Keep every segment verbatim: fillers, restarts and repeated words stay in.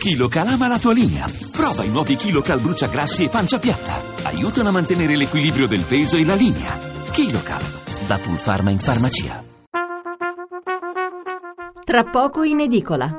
KiloCal ama la tua linea. Prova i nuovi KiloCal bruciagrassi e pancia piatta. Aiutano a mantenere l'equilibrio del peso e la linea. KiloCal, da Pulpharma in farmacia. Tra poco in edicola.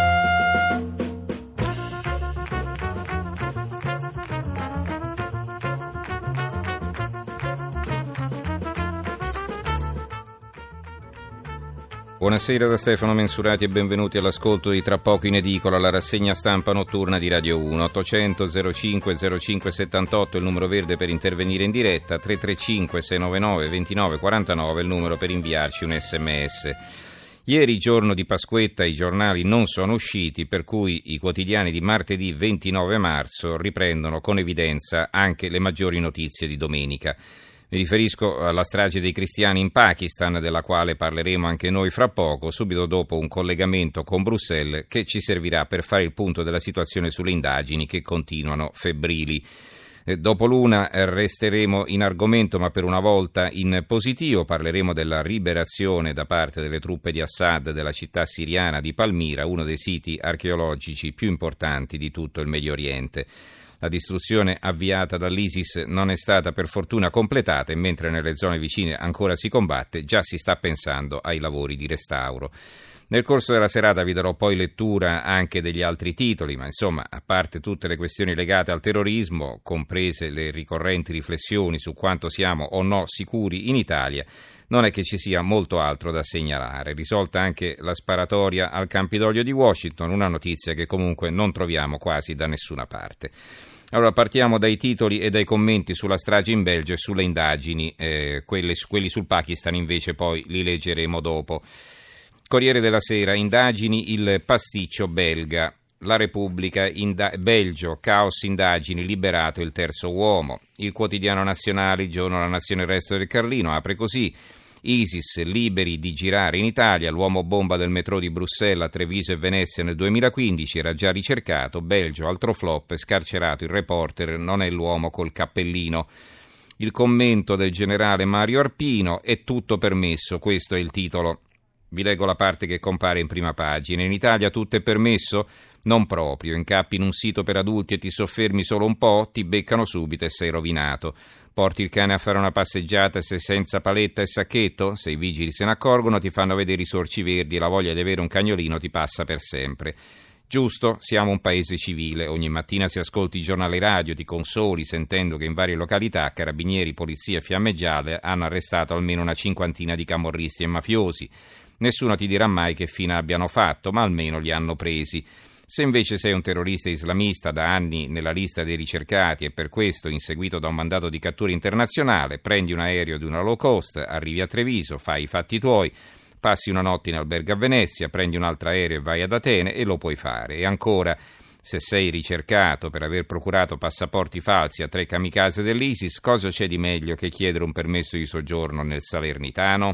Buonasera da Stefano Mensurati e benvenuti all'ascolto di Tra poco in edicola, la rassegna stampa notturna di Radio uno. ottocento zero cinque zero cinque settantotto il numero verde per intervenire in diretta, tre tre cinque sei nove nove due nove quattro nove il numero per inviarci un sms. Ieri, giorno di Pasquetta, i giornali non sono usciti, per cui i quotidiani di martedì ventinove marzo riprendono con evidenza anche le maggiori notizie di domenica. Mi riferisco alla strage dei cristiani in Pakistan, della quale parleremo anche noi fra poco, subito dopo un collegamento con Bruxelles che ci servirà per fare il punto della situazione sulle indagini che continuano febbrili. Eh, dopo l'una eh, resteremo in argomento, ma per una volta in positivo. Parleremo della liberazione da parte delle truppe di Assad della città siriana di Palmira, uno dei siti archeologici più importanti di tutto il Medio Oriente. La distruzione avviata dall'ISIS non è stata per fortuna completata e mentre nelle zone vicine ancora si combatte, già si sta pensando ai lavori di restauro. Nel corso della serata vi darò poi lettura anche degli altri titoli, ma insomma, a parte tutte le questioni legate al terrorismo, comprese le ricorrenti riflessioni su quanto siamo o no sicuri in Italia, non è che ci sia molto altro da segnalare. Risolta anche la sparatoria al Campidoglio di Washington, una notizia che comunque non troviamo quasi da nessuna parte. Allora partiamo dai titoli e dai commenti sulla strage in Belgio e sulle indagini, eh, quelli, quelli sul Pakistan invece poi li leggeremo dopo. Corriere della Sera, indagini, il pasticcio belga. La Repubblica, inda- Belgio, caos indagini, liberato il terzo uomo. Il Quotidiano Nazionale, il giorno La Nazione, il resto del Carlino, apre così: ISIS liberi di girare in Italia, l'uomo bomba del metro di Bruxelles a Treviso e Venezia nel duemilaquindici era già ricercato, Belgio altro flop, scarcerato il reporter, non è l'uomo col cappellino. Il commento del generale Mario Arpino, è tutto permesso, questo è il titolo. Vi leggo la parte che compare in prima pagina. In Italia tutto è permesso? Non proprio, incappi in un sito per adulti e ti soffermi solo un po', ti beccano subito e sei rovinato. Porti il cane a fare una passeggiata e sei senza paletta e sacchetto? Se i vigili se ne accorgono ti fanno vedere i sorci verdi e la voglia di avere un cagnolino ti passa per sempre. Giusto, siamo un paese civile, ogni mattina si ascolti i giornali radio, ti consoli sentendo che in varie località carabinieri, polizia e fiamme gialle hanno arrestato almeno una cinquantina di camorristi e mafiosi. Nessuno ti dirà mai che fine abbiano fatto, ma almeno li hanno presi. Se invece sei un terrorista islamista da anni nella lista dei ricercati e per questo inseguito da un mandato di cattura internazionale, prendi un aereo di una low cost, arrivi a Treviso, fai i fatti tuoi, passi una notte in albergo a Venezia, prendi un altro aereo e vai ad Atene e lo puoi fare. E ancora, se sei ricercato per aver procurato passaporti falsi a tre kamikaze dell'ISIS, cosa c'è di meglio che chiedere un permesso di soggiorno nel Salernitano?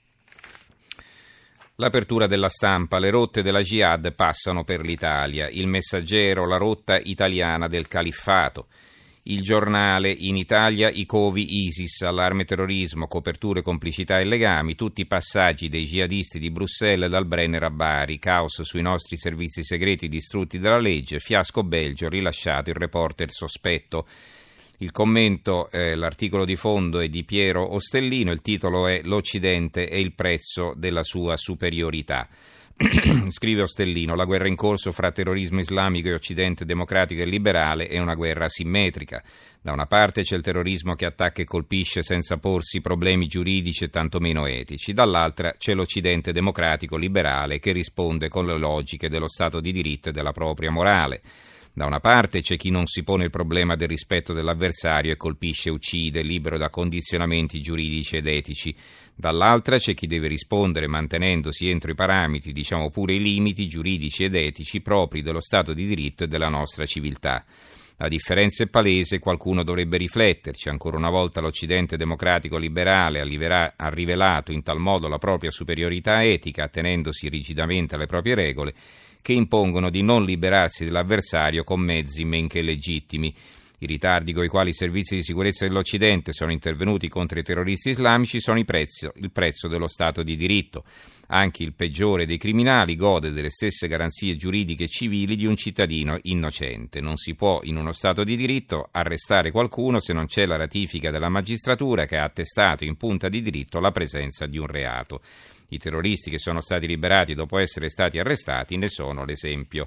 L'apertura della Stampa, le rotte della Jihad passano per l'Italia, il Messaggero, la rotta italiana del califfato, il Giornale, in Italia i covi ISIS, allarme terrorismo, coperture, complicità e legami, tutti i passaggi dei jihadisti di Bruxelles dal Brenner a Bari, caos sui nostri servizi segreti distrutti dalla legge, fiasco Belgio, rilasciato il reporter sospetto. Il commento, eh, l'articolo di fondo è di Piero Ostellino, il titolo è «L'Occidente e il prezzo della sua superiorità». Scrive Ostellino, la guerra in corso fra terrorismo islamico e Occidente democratico e liberale è una guerra asimmetrica. Da una parte c'è il terrorismo che attacca e colpisce senza porsi problemi giuridici e tantomeno etici, dall'altra c'è l'Occidente democratico liberale che risponde con le logiche dello Stato di diritto e della propria morale. Da una parte c'è chi non si pone il problema del rispetto dell'avversario e colpisce e uccide, libero da condizionamenti giuridici ed etici. Dall'altra c'è chi deve rispondere mantenendosi entro i parametri, diciamo pure i limiti giuridici ed etici propri dello Stato di diritto e della nostra civiltà. La differenza è palese, qualcuno dovrebbe rifletterci. Ancora una volta l'Occidente democratico liberale ha rivelato in tal modo la propria superiorità etica, attenendosi rigidamente alle proprie regole, che impongono di non liberarsi dell'avversario con mezzi men che legittimi. I ritardi con i quali i servizi di sicurezza dell'Occidente sono intervenuti contro i terroristi islamici sono il prezzo, il prezzo dello Stato di diritto. Anche il peggiore dei criminali gode delle stesse garanzie giuridiche e civili di un cittadino innocente. Non si può in uno Stato di diritto arrestare qualcuno se non c'è la ratifica della magistratura che ha attestato in punta di diritto la presenza di un reato. I terroristi che sono stati liberati dopo essere stati arrestati ne sono l'esempio.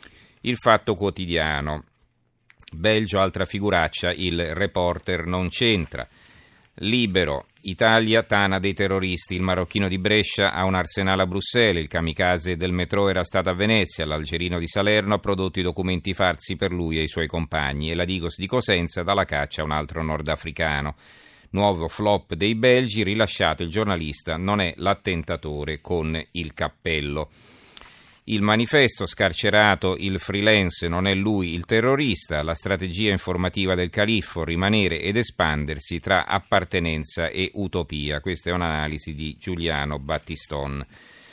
Il Fatto Quotidiano. Belgio, altra figuraccia, il reporter non c'entra. Libero, Italia, tana dei terroristi, il marocchino di Brescia ha un arsenale a Bruxelles, il kamikaze del metro era stato a Venezia, l'algerino di Salerno ha prodotto i documenti farsi per lui e i suoi compagni e la Digos di Cosenza dà la caccia a un altro nordafricano. Nuovo flop dei belgi, rilasciato il giornalista, non è l'attentatore con il cappello. Il Manifesto, scarcerato il freelance, non è lui il terrorista, la strategia informativa del califfo, rimanere ed espandersi tra appartenenza e utopia. Questa è un'analisi di Giuliano Battiston.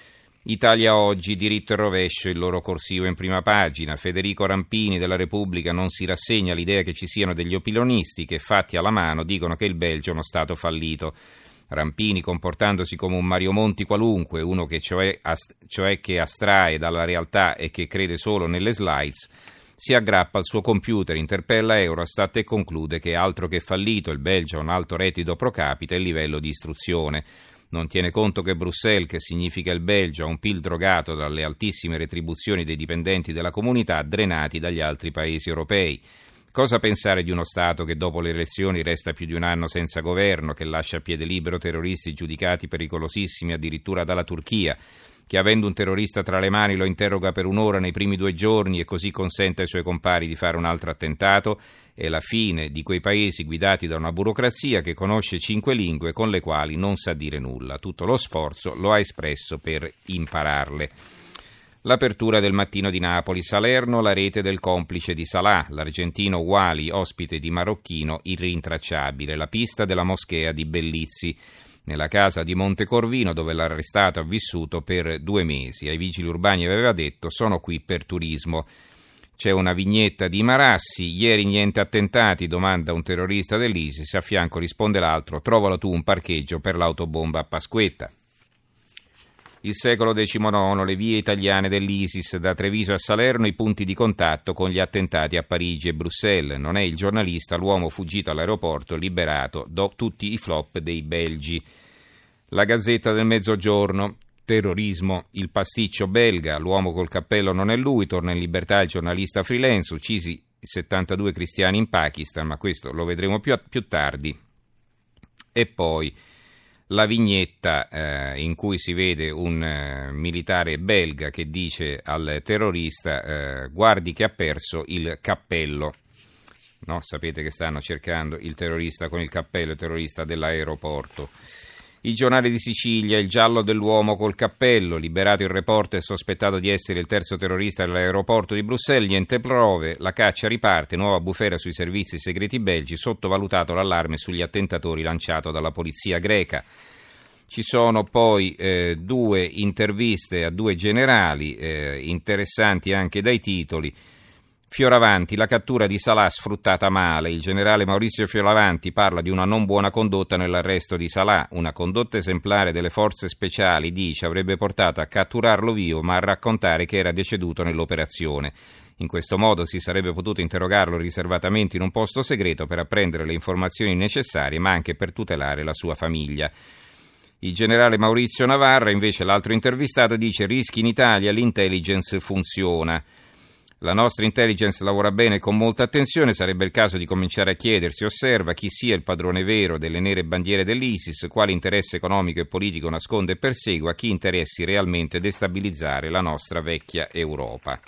Italia Oggi, diritto e rovescio, il loro corsivo in prima pagina. Federico Rampini della Repubblica non si rassegna all'idea che ci siano degli opinionisti che, fatti alla mano, dicono che il Belgio è uno Stato fallito. Rampini, comportandosi come un Mario Monti qualunque, uno che cioè, ast- cioè che astrae dalla realtà e che crede solo nelle slides, si aggrappa al suo computer, interpella Eurostat e conclude che altro che fallito, il Belgio ha un alto reddito pro capite e livello di istruzione. Non tiene conto che Bruxelles, che significa il Belgio, ha un P I L drogato dalle altissime retribuzioni dei dipendenti della comunità drenati dagli altri paesi europei. Cosa pensare di uno Stato che dopo le elezioni resta più di un anno senza governo, che lascia a piede libero terroristi giudicati pericolosissimi addirittura dalla Turchia, che avendo un terrorista tra le mani lo interroga per un'ora nei primi due giorni e così consente ai suoi compari di fare un altro attentato? È la fine di quei paesi guidati da una burocrazia che conosce cinque lingue con le quali non sa dire nulla. Tutto lo sforzo lo ha espresso per impararle. L'apertura del Mattino di Napoli, Salerno, la rete del complice di Salah, l'argentino Wali, ospite di Marocchino, irrintracciabile, la pista della moschea di Bellizzi, nella casa di Montecorvino dove l'arrestato ha vissuto per due mesi. Ai vigili urbani aveva detto: sono qui per turismo. C'è una vignetta di Marassi, ieri niente attentati, domanda un terrorista dell'ISIS, a fianco risponde l'altro: trovalo tu un parcheggio per l'autobomba a Pasquetta. Il Secolo diciannove, le vie italiane dell'ISIS, da Treviso a Salerno i punti di contatto con gli attentati a Parigi e Bruxelles. Non è il giornalista, l'uomo fuggito all'aeroporto, liberato, do tutti i flop dei belgi. La Gazzetta del Mezzogiorno, terrorismo, il pasticcio belga, l'uomo col cappello non è lui, torna in libertà il giornalista freelance, uccisi settantadue cristiani in Pakistan, ma questo lo vedremo più, più tardi. E poi la vignetta eh, in cui si vede un eh, militare belga che dice al terrorista eh, guardi che ha perso il cappello. No, sapete che stanno cercando il terrorista con il cappello, il terrorista dell'aeroporto. Il Giornale di Sicilia, il giallo dell'uomo col cappello, liberato il reporter sospettato di essere il terzo terrorista dell'aeroporto di Bruxelles, niente prove, la caccia riparte, nuova bufera sui servizi segreti belgi, sottovalutato l'allarme sugli attentatori lanciato dalla polizia greca. Ci sono poi eh, due interviste a due generali, eh, interessanti anche dai titoli. Fioravanti, la cattura di Salah sfruttata male. Il generale Maurizio Fioravanti parla di una non buona condotta nell'arresto di Salah. Una condotta esemplare delle forze speciali, dice, avrebbe portato a catturarlo vivo, ma a raccontare che era deceduto nell'operazione. In questo modo si sarebbe potuto interrogarlo riservatamente in un posto segreto per apprendere le informazioni necessarie, ma anche per tutelare la sua famiglia. Il generale Maurizio Navarra, invece, l'altro intervistato, dice: rischi in Italia, l'intelligence funziona. La nostra intelligence lavora bene e con molta attenzione, sarebbe il caso di cominciare a chiedersi, osserva, chi sia il padrone vero delle nere bandiere dell'ISIS, quale interesse economico e politico nasconde e persegua, chi interessi realmente destabilizzare la nostra vecchia Europa.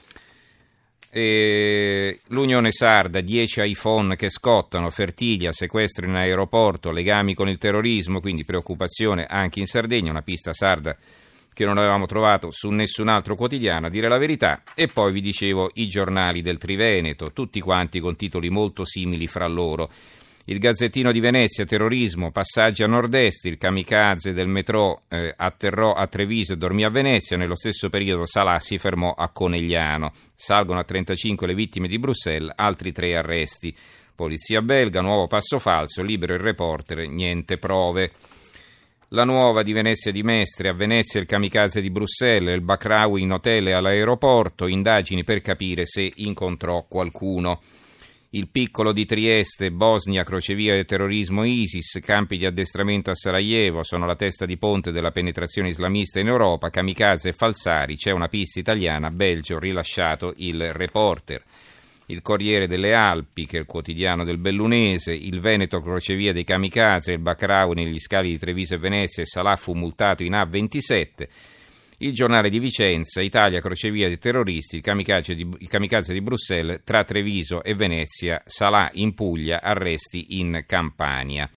E l'Unione Sarda, dieci iPhone che scottano, Fertiglia, sequestro in aeroporto, legami con il terrorismo, quindi preoccupazione anche in Sardegna, una pista sarda che non avevamo trovato su nessun altro quotidiano, a dire la verità. E poi vi dicevo i giornali del Triveneto, tutti quanti con titoli molto simili fra loro. Il Gazzettino di Venezia, terrorismo, passaggi a nord-est, il kamikaze del metro eh, atterrò a Treviso e dormì a Venezia, nello stesso periodo Salah si fermò a Conegliano. Salgono a trentacinque le vittime di Bruxelles, altri tre arresti. Polizia belga, nuovo passo falso, libero il reporter, niente prove. La Nuova di Venezia di Mestre, a Venezia il kamikaze di Bruxelles, il Bakrawi in hotel e all'aeroporto, indagini per capire se incontrò qualcuno. Il Piccolo di Trieste, Bosnia, crocevia del terrorismo ISIS, campi di addestramento a Sarajevo, sono la testa di ponte della penetrazione islamista in Europa, kamikaze e falsari, c'è una pista italiana, Belgio, rilasciato il reporter. Il Corriere delle Alpi, che è il quotidiano del Bellunese, il Veneto crocevia dei kamikaze, il Bakrawi negli scali di Treviso e Venezia e Salah fu multato in A ventisette. Il Giornale di Vicenza, Italia crocevia dei terroristi, il kamikaze di, il kamikaze di Bruxelles, tra Treviso e Venezia, Salah in Puglia, arresti in Campania.